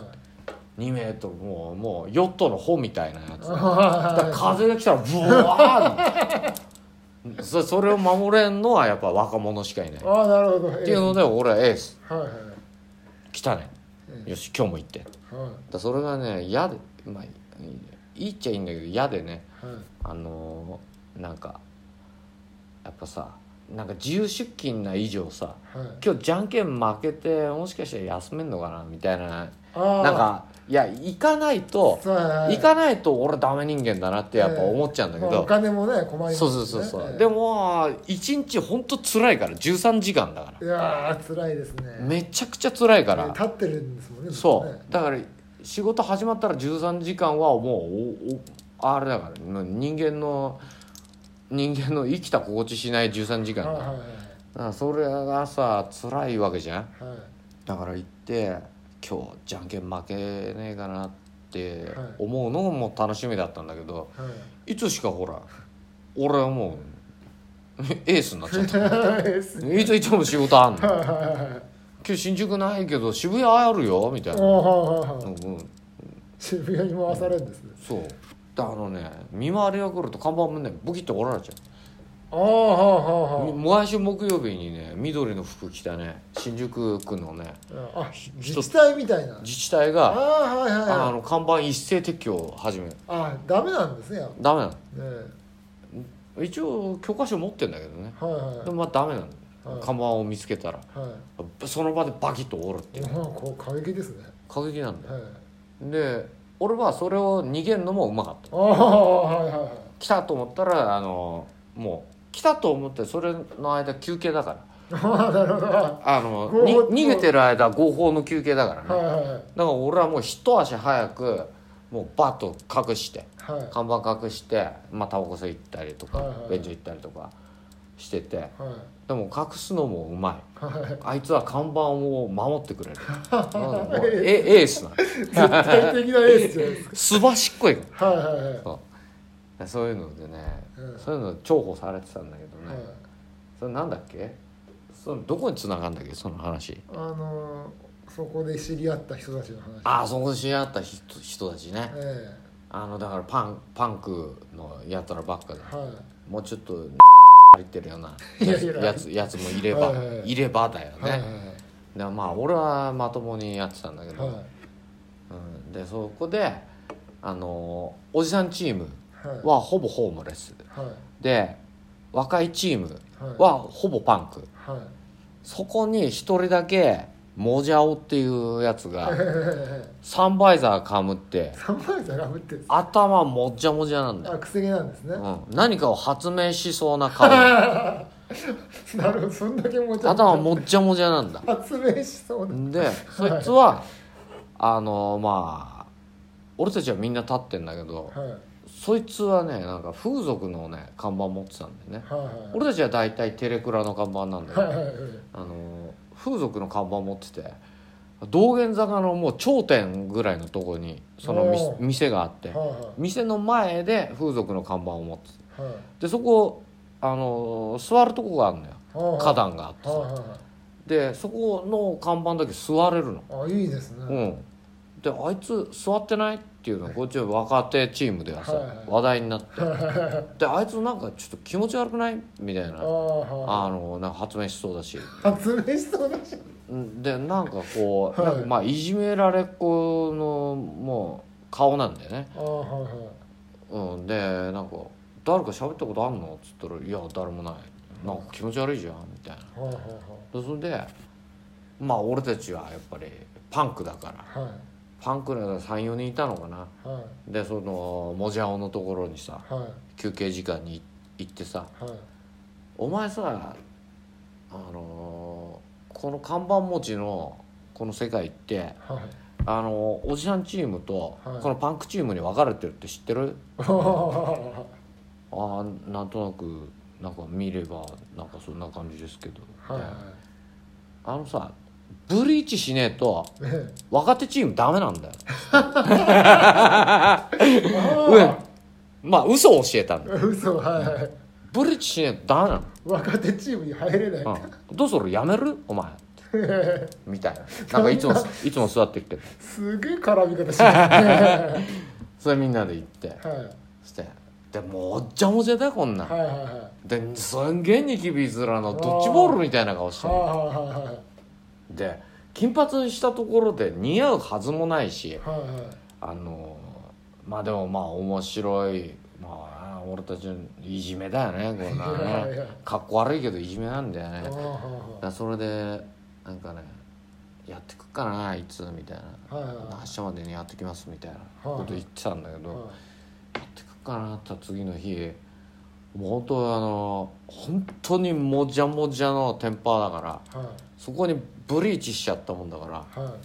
にメートルもうもうヨットの帆みたいなやつ、だから風が来たらブワーンそ, それを守れんのはやっぱ若者しかいない。 ああなるほど。 っていうので俺はエース、はいはい、来たね、 うん、 よし今日も行って、はい、だそれがね嫌で、まあいいっちゃいいんだけど嫌でね、はい、あのー、なんかやっぱさなんか自由出勤な以上さ、はい、今日じゃんけん負けてもしかして休めんのかなみたいな、なんかいや行かないと、はい、行かないと俺ダメ人間だなってやっぱ思っちゃうんだけど、 えーまあ、お金もね困りますね。 そうそうそうそう、えー、でもいちにちほんと辛いからじゅうさんじかんだから、 いやー辛いですね。 めちゃくちゃ辛いから、 えー、立ってるんですもんね。 そう、 ね、 だから仕事始まったらじゅうさんじかんはもうおおあれだから、人間の人間の生きた心地しないじゅうさんじかんだ、はいはいはい、だからそれがさ辛いわけじゃん、はい、だから行って今日じゃんけん負けねえかなって思うのも楽しみだったんだけど、はい、いつしかほら俺はもうエースになっちゃったいついつも仕事あんの今日新宿ないけど渋谷あるよみたいな、うんうん、 渋谷に回されるんですね、 うん、そうあのね見回りが来ると看板もねボキッと折られちゃう。 ああはあはあ、 毎週木曜日にね緑の服着たね新宿区のね、 あ自治体みたいな自治体が、 あ、はいはいはい、 あの看板一斉撤去を始める。 あダメなんですね。 ダメなの、ね、一応許可証持ってんだけどね、はいはい、でもまあダメなの、はい、看板を見つけたら、はい、その場でバキッと折るっていう、ね、 こう過激ですね。 過激なんだよ、はい、で俺はそれを逃げるのもうまかった。あ、はいはいはい、来たと思ったらあのもう来たと思ってそれの間休憩だからあなるほど、あの逃げてる間合法の休憩だからね、はいはいはい、だから俺はもう一足早くもうバッと隠して、はい、看板隠してまあタバコ吸い行ったりとか、はいはい、便所行ったりとかしてて、はい、でも隠すのもうまい、はい、あいつは看板を守ってくれるエ, エースな絶対的なエースじゃないですかすばしっこいから、はいはいはい、 そうそういうのでね、うん、そういうの重宝されてたんだけどね、はい、それなんだっけ、そのどこに繋がるんだっけその話。 あのー、そこで知り合った人たちの話。 ああそこで知り合った 人, 人たちね、 えー、あのだからパンパンクのやつらばっかで、はい、もうちょっと入ってるようなやつやつもいれば、はいはい、いればだよね、はいはいはい、でまあ俺はまともにやってたんだけど、はい、うん、でそこであのー、おじさんチームはほぼホームレス、はい、で若いチームはほぼパンク、はい、そこに一人だけモジャオっていうやつがサンバイザーかむってサンバイザーかむって頭もっちゃもじゃなんだよ。 あくせ毛なんですね、うん、 何かを発明しそうな顔なるほど、そんだけもじゃもじゃ頭もっちゃもじゃなんだ発明しそうなでそいつはあのまあ俺たちはみんな立ってんだけど、はい、そいつはねなんか風俗のね看板持ってたんだよね、はいはいはい、俺たちは大体テレクラの看板なんだけど、はいはいはい、あの風俗の看板持ってて道玄坂のもう頂点ぐらいのところにその店があって、はいはい、店の前で風俗の看板を持ってて、はい、でそこあの座るとこがあるのよ、はいはい、花壇があってさ、はいはい、でそこの看板だけ座れるの。 あいいですね、 うんであいつ座ってないっていうのこっちは若手チームではさ、はいはい、話題になってであいつなんかちょっと気持ち悪くないみたいな あ, あのなんか発明しそうだし発明しそうだしでなんかこう、はい、なんかまあいじめられっ子のもう顔なんだよね。あ、はいはい、うん、でなんか誰か喋ったことあんのっつったらいや誰もないなんか気持ち悪いじゃんみたいな、はいはいはい、それでまあ俺たちはやっぱりパンクだから、はい、パンクが さんよにんいたのかな、はい、でそのモジャオのところにさ、はい、休憩時間に行ってさ、はい、お前さあのー、この看板持ちのこの世界って、はい、あのおじさんチームとこのパンクチームに分かれてるって知ってる？はい、ああなんとなくなんか見ればなんかそんな感じですけど、はいはい、あのさブリーチしねえと若手チームダメなんだようん、まあ嘘を教えたんだよ嘘、はいはい、 ブリーチしねえとダメなの若手チームに入れない、うん、 どうするやめるお前みたいななんかいつもいつも座ってるけどすげえ絡み方してるねそれみんなで行って、はい、そしてでもっちゃもちゃだよこんなん、はいはいはい、ですんげえニキビ面のドッジボールみたいな顔してる、はいはいはい、で金髪にしたところで似合うはずもないし、はいはい、あのまあでもまあ面白いまあ俺たちのいじめだよねこんなねいやいやかっこ悪いけどいじめなんだよね、だそれでなんかねやってくっかなあいつみたいな、はいはい、明日までにやってきますみたいなこと言ってたんだけど、はいはい、やってくっかなって次の日もう本当あの本当にもじゃもじゃのテンパーだから、はい、そこにブリーチしちゃったもんだから、はい、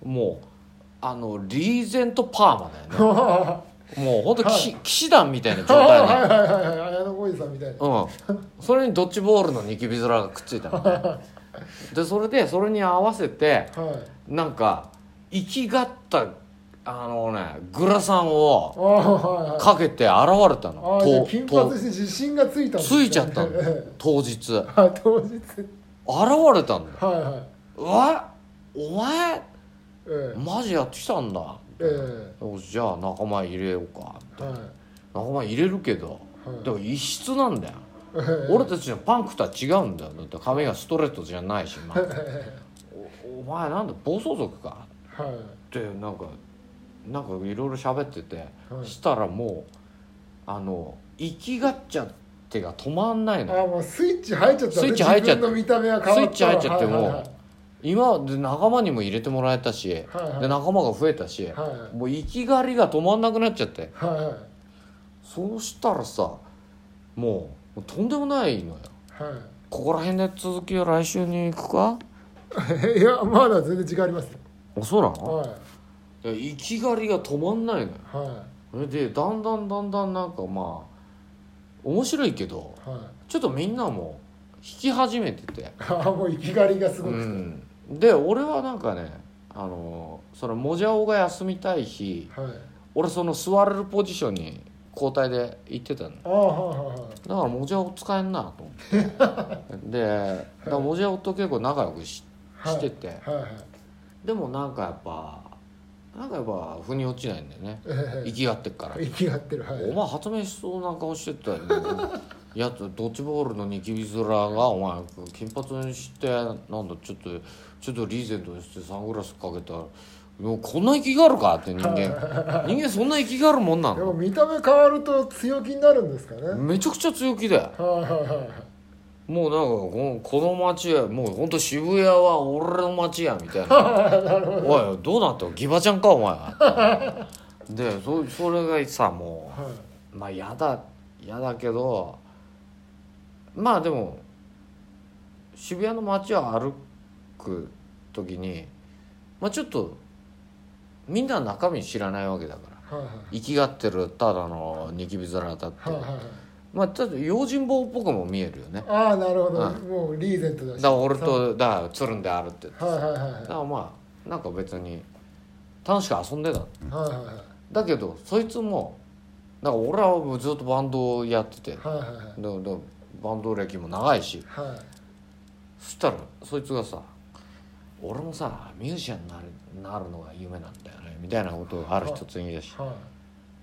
もうあのリーゼントパーマだよねもう本当、はい、騎士団みたいな状態はいはいはいはい綾野剛さんみたいな、 うん、それにドッジボールのニキビ面がくっついたのでそれでそれに合わせて、はい、なんか生きがったあのねグラサンをかけて現れたの、 はいはい、金髪して自信がついたんですか、ね、ついちゃったの当日当日現れたんだよ、はいはい、うわお前、ええ、マジやってきたんだ、ええ、じゃあ仲間入れようか、はい、仲間入れるけど、はい、でも異質なんだよ、ええ、俺たちのパンクとは違うんだよ、だって髪がストレートじゃないし、まあお, お前なんだ暴走族か、はい、ってなんかなんかいろいろ喋ってて、はい、したらもうあの生きがっちゃってが止まんないの。 あもうスイッチ入っちゃった、ね、 スイッチ入っちゃって自分の見た目は変わった、 スイッチ入っちゃっても、はいはいはい、今で仲間にも入れてもらえたし、はいはい、で仲間が増えたし、はいはい、もう生きがりが止まんなくなっちゃって、はいはい、そうしたらさもうとんでもないのよ、はい、ここら辺で続きは来週に行くかいやまだ全然時間ありますよ。 あそうなの、はい、生きがりが止まんないのよ、はい、でだんだんだんだんなんかまあ面白いけど、はい、ちょっとみんなも引き始めててあもう生きがりがすごくて、うん、 で俺はなんかねあのそのモジャオが休みたい日、はい、俺その座れるポジションに交代で行ってたの、あ、はいはいはい、だからモジャオ使えんなと思ってでだからモジャオと結構仲良く し,、はい、してて、はいはい、でもなんかやっぱなんかやっぱ腑に落ちないんだよね、生きがってっから生きがってる、はい、 お前発明しそうな顔してたよねやつドッジボールのニキビ面がお前金髪にしてなんだちょっとちょっとリーゼントにしてサングラスかけたらもうこんな生きがあるかって人間人間そんな生きがあるもんなの。 でも見た目変わると強気になるんですかね。 めちゃくちゃ強気だよもうなんかこの街はもうほんと渋谷は俺の街やみたいなおいどうなったギバちゃんかお前はで そ, それがさもう、はい、まあやだやだけどまあでも渋谷の街を歩く時にまあちょっとみんな中身知らないわけだから、はいはい、生きがってるただのニキビ面だって、はいはいはい、まあちょっと用心棒っぽくも見えるよね。 ああなるほど、うん、もうリーゼントだしだから俺とだからつるんであるって、 はいはいはい、 だからまあなんか別に楽しく遊んでた、はいはいはい、だけどそいつもなんか俺はずっとバンドをやってて、はいはいはい、だからバンド歴も長いし、はい、そしたらそいつがさ俺もさミュージシャンになる、なるのが夢なんだよねみたいなことをある一つ言い出し、はい、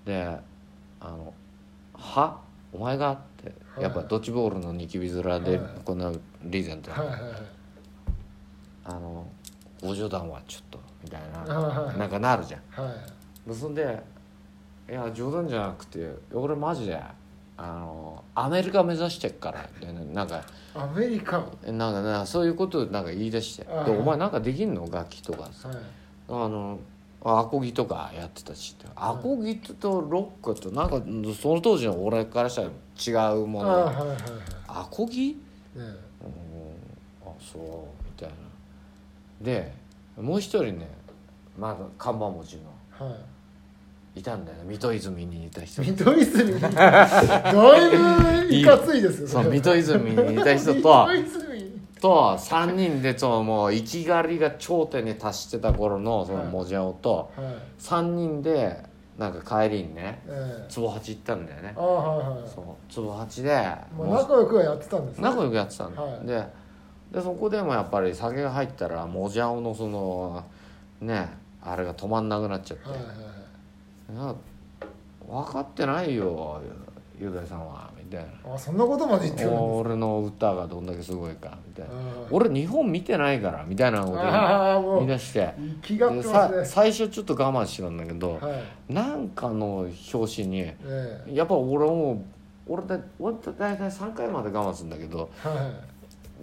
であのはお前がってやっぱドッジボールのニキビ面でこんなリーゼント、はいはいはい、あのご冗談はちょっとみたいな、はい、なんかなるじゃん、はい、そんでいや冗談じゃなくて俺マジでああのアメリカ目指してっからってなんかアメリカなんかなそういうことなんか言い出してでお前なんかできんの楽器とかさ、はい、あのアコギとかやってたしアコギとロックとなんかその当時の俺からしたら違うもの、はいはいはい、アコギ、ね、うんあそうみたいなでもう一人ねまだ看板持ちの、はい、いたんだよね水戸泉にいた人水戸泉にだいぶいかついですよねそう水戸泉にいた人ととさんにんでそのもう生き狩りが頂点に達してた頃のそのもじゃおと、はいはい、さんにんでなんか帰りにね、えー、壺八行ったんだよね。あ、はいはい、そう壺八でもう仲良くはやってたんですね。 仲良くやってたんだ、はい、で, でそこでもやっぱり酒が入ったらもじゃおのそのねあれが止まんなくなっちゃって、はいはいはい、分かってないよ雄大さんはみたいな。 あそんなことまで言ってるんですか。 俺の歌がどんだけすごいかみたいな。俺日本見てないからみたいなことを言い出して気がってますね。 最初ちょっと我慢してたんだけど、はい、なんかの表紙に、ええ、やっぱ俺も俺だ俺大体さんかいまで我慢するんだけど、はい、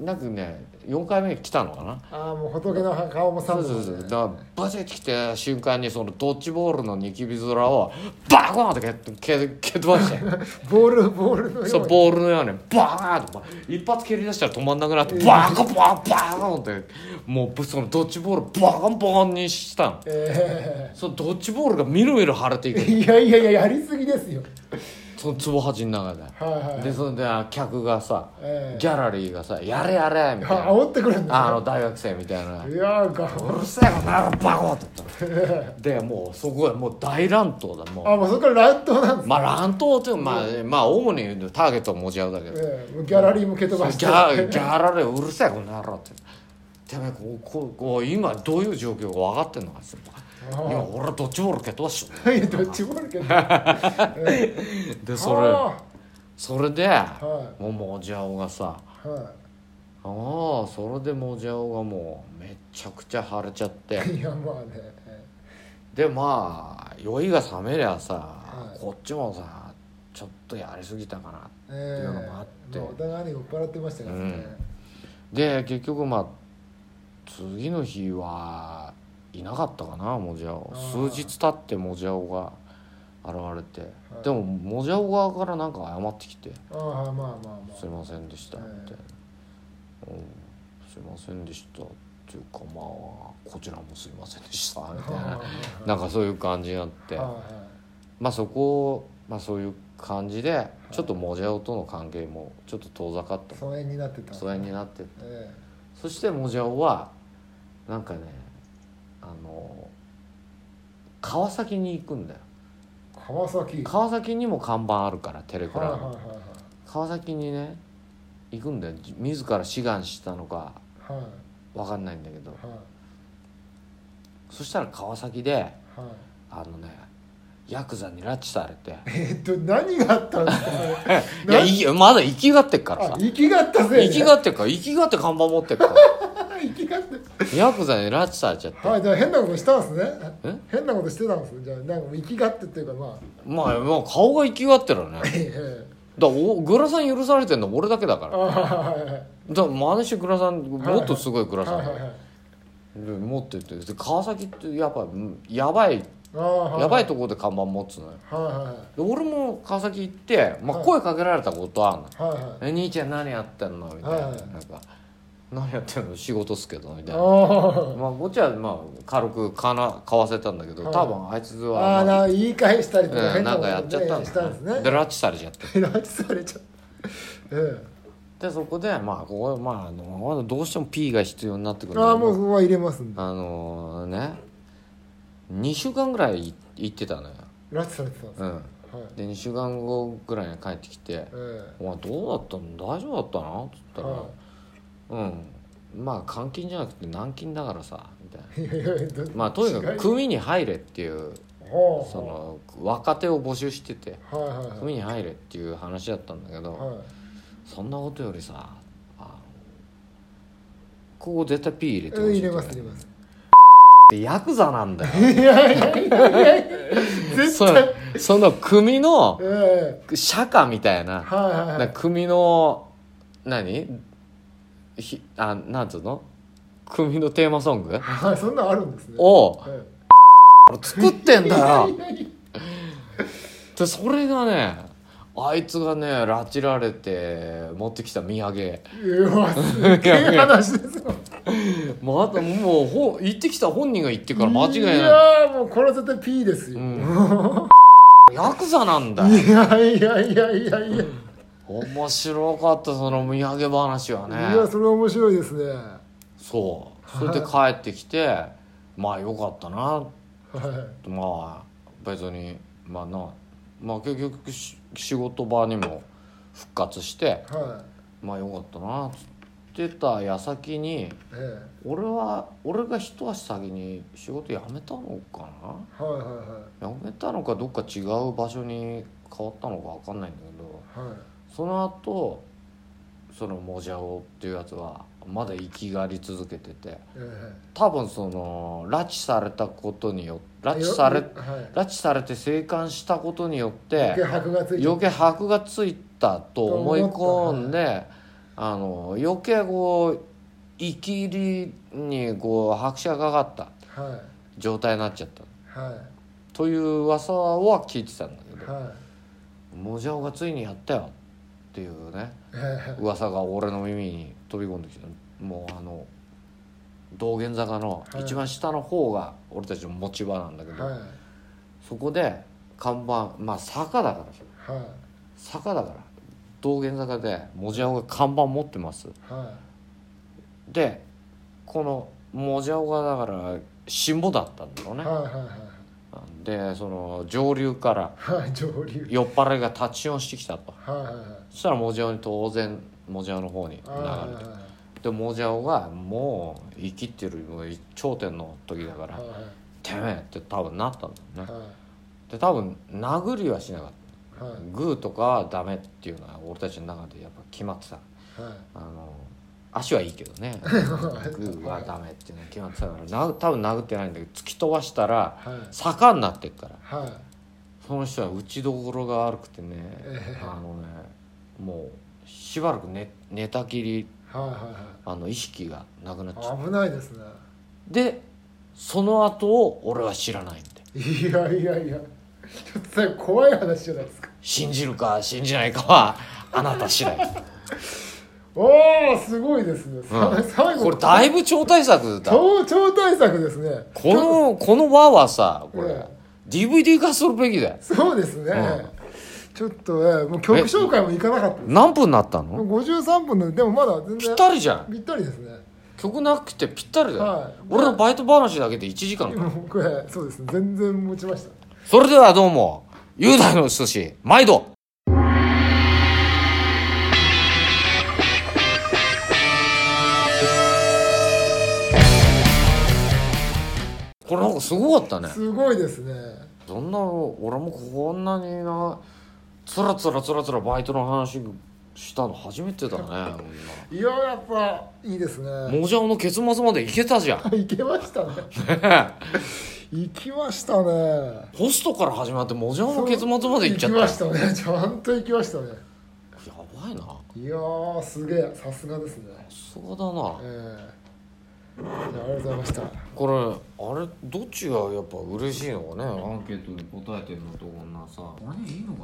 なんかねよんかいめ来たのかな。 ああもう仏の顔もそうそうそうだからバチッて来た瞬間にそのドッジボールのニキビ面をバコーンって蹴っ蹴飛ばしてボールボールのようにそうボールのようにバーンと一発蹴り出したら止まんなくなってバーコバーバーンってもうそのドッジボールバーンバーンにしたん、えー、そのドッジボールがみるみる腫れていく。 いやいやいややりすぎですよその壺八の中で、はいはいはい、でそれで客がさ、えー、ギャラリーがさやれやれみたいな煽ってくるんですか。あの大学生みたいな。 いやうるせえよなバコって言ったでもうそこはもう大乱闘だもう。 あもうそこから乱闘なんですか。 まあ乱闘っていうかまあ、まあ主にターゲットを持ち合うだけど、 えー、ギャラリー向け飛ばしてギャ, ギャラリーうるせえこの野郎っててめえこうこうこう今どういう状況が分かってんのかって今俺はドッジボール蹴っ飛ばしよいやドッジボール蹴っ飛ばでそれそれで、はい、もうもじゃおがさ、はい、ああそれでもじゃおがもうめちゃくちゃ腫れちゃっていやまあねでまあ酔いが冷めりゃさ、はい、こっちもさちょっとやりすぎたかなっていうのもあって、 えーまあ、お互いに酔っ払ってましたからね、うん、 で結局まあ次の日はいなかったかなもじゃお。数日経ってもじゃおが現れて、はい、でももじゃお側からなんか謝ってきてああまあまあまあすいませんでしたみたいな、えーうん、すいませんでしたっていうかまあこちらもすいませんでしたみたいななんかそういう感じになって、はいはい、まあそこまあそういう感じでちょっともじゃおとの関係もちょっと遠ざかった疎遠になってた疎遠になってた、えー、そしてもじゃおはなんかねあの川崎に行くんだよ。 川崎川崎にも看板あるからテレクラの、はいはいはいはい、川崎にね行くんだよ。自ら志願したのか分かんないんだけど、はい、そしたら川崎で、はい、あのねヤクザに拉致されてえっと何があったんですかいやまだ生きがってっからさ生きがったせい生きがってっから生きがって看板持ってっから生きがってヤクザに拉致されちゃってはいじゃあ変なことしたんですね変なことしてたんですじゃあなんか生きがってっていうかまあまあ、まあ、顔が生きがってるねだおグラサン許されてんの俺だけだからだから真似してグラサンもっとすごいグラサン、はいはいはいはい、で持っててで川崎ってやっぱやばいあ、はいはい、やばいところで看板持つのよ、はいはい、で俺も川崎行って、まあ、声かけられたことあるの、はいはい、え兄ちゃん何やってんのみたいな、はいはい、なんか何やってんの仕事っすけどみたいなまあこっちはまあ軽くかな買わせたんだけど、はい、多分あいつは、 まあ、あな言い返したりとか変なこと、ね、なんかやっちゃったんですねで拉致されちゃって拉致されちゃった、ええ、でそこでまあここまああのどうしても P が必要になってくるんだけどああもうそこは入れますんであのー、ねにしゅうかんぐらい行ってたのよ拉致されてたんですか、うんはい、でにしゅうかんごぐらいに帰ってきて「ええ、お前どうだったの大丈夫だったの?」っつったら、はい「うんまあ監禁じゃなくて軟禁だからさ」みたいなまあとにかく組に入れっていうその若手を募集してて、はいはいはい、組に入れっていう話だったんだけど、はい、そんなことよりさあここ絶対 P 入れてほしい、 入れます入れますヤクザなんだよいやいやいやいや絶対そ, その組のえ社歌みたいな、 ー、はいはいはい、 組の何ひあなんつうの組のテーマソング、 はい、そんなんあるんですねを、 はい、 作ってんだよでそれがねあいつがね拉致られて持ってきた土産うわすげえ話ですよまたもうほ行ってきた本人が言ってから間違いない。いやもうこれは絶対 P ですよ、うん、 ヤクザなんだよ。 いやいやいやいやいや面白かったその土産話はね。 いやそれ面白いですね。 そうそれで帰ってきて、はい、まあよかったな、はい、まあ別にまあなまあ結局仕事場にも復活して、はい、まあよかったなっつってた矢先に、ええ、俺は俺が一足先に仕事辞めたのかな、はいはいはい、辞めたのかどっか違う場所に変わったのか分かんないんだけど、はい、その後そのモジャオっていうやつはまだ生きがり続けてて、ええ、多分その拉致されたことによって拉致され、はい、拉致されて生還したことによって余計箔がついた余計箔がついたと思い込んで、はい、あの余計こう生きりにこう拍車がかかった状態になっちゃった、はい、という噂は聞いてたんだけど、はい、モジャオがついにやったよっていうね噂が俺の耳に飛び込んできた。もうあの道玄坂の一番下の方が俺たちの持ち場なんだけど、はい、そこで看板まあ坂だから、はい、坂だから道玄坂でモジャオが看板持ってます、はい、でこのモジャオがだからシンボだったんだろうね、はいはいはい、でその上流から、はい、上流酔っ払いが立ち寄してきたと、はいはいはい、そしたらモジャオに当然モジャオの方に流れて、はいはいはい、でモジャオがもう生きてる頂点の時だから、はいはい、てめえって多分なったんだよね、はい、で多分殴りはしなかった、はい、グーとかはダメっていうのは俺たちの中でやっぱ決まってた、はい、あの足はいいけどねグーはダメっていうのは決まってたからな多分殴ってないんだけど突き飛ばしたら坂になってっから、はい、その人は打ちどころが悪くてね、えー、あのねもうしばらく 寝, 寝たきり、はいはいはい、あの意識がなくなっちゃった。 危ないですね。 でその後を俺は知らないんで。 いやいやいやちょっと最後怖い話じゃないですか。 信じるか信じないかはあなた次第おーすごいですね、うん、最後これだいぶ超大作だ。 超, 超大作ですね。 このこの輪はさこれ、ね、ディーブイディー 化するべきだよ。 そうですね、うん、ちょっと、ね、もう曲紹介もいかなかったです。 何分になったの？ ごじゅうさんぷんのでもまだ全然ぴったりじゃん。 ぴったりですね。 曲なくてぴったりだよ、はい、俺のバイト話だけでいちじかんか。 これそうですね全然持ちました。 それではどうも雄大の寿司毎度。これなんかすごかったね。 すごいですね。 そんな俺もこんなになつらつらつらつらバイトの話したの初めてだねいややっぱいいですね。 モジャオの結末までいけたじゃんいけましたねいきましたね。 ホストから始まってモジャオの結末までいっちゃった。 いきましたね。ちゃんといきましたね。 やばいな。 いやーすげえさすがですね。 さすがだな、 えーありがとうございました。 これあれどっちがやっぱ嬉しいのかね。アンケートに答えてるのとこんなさあれいいのか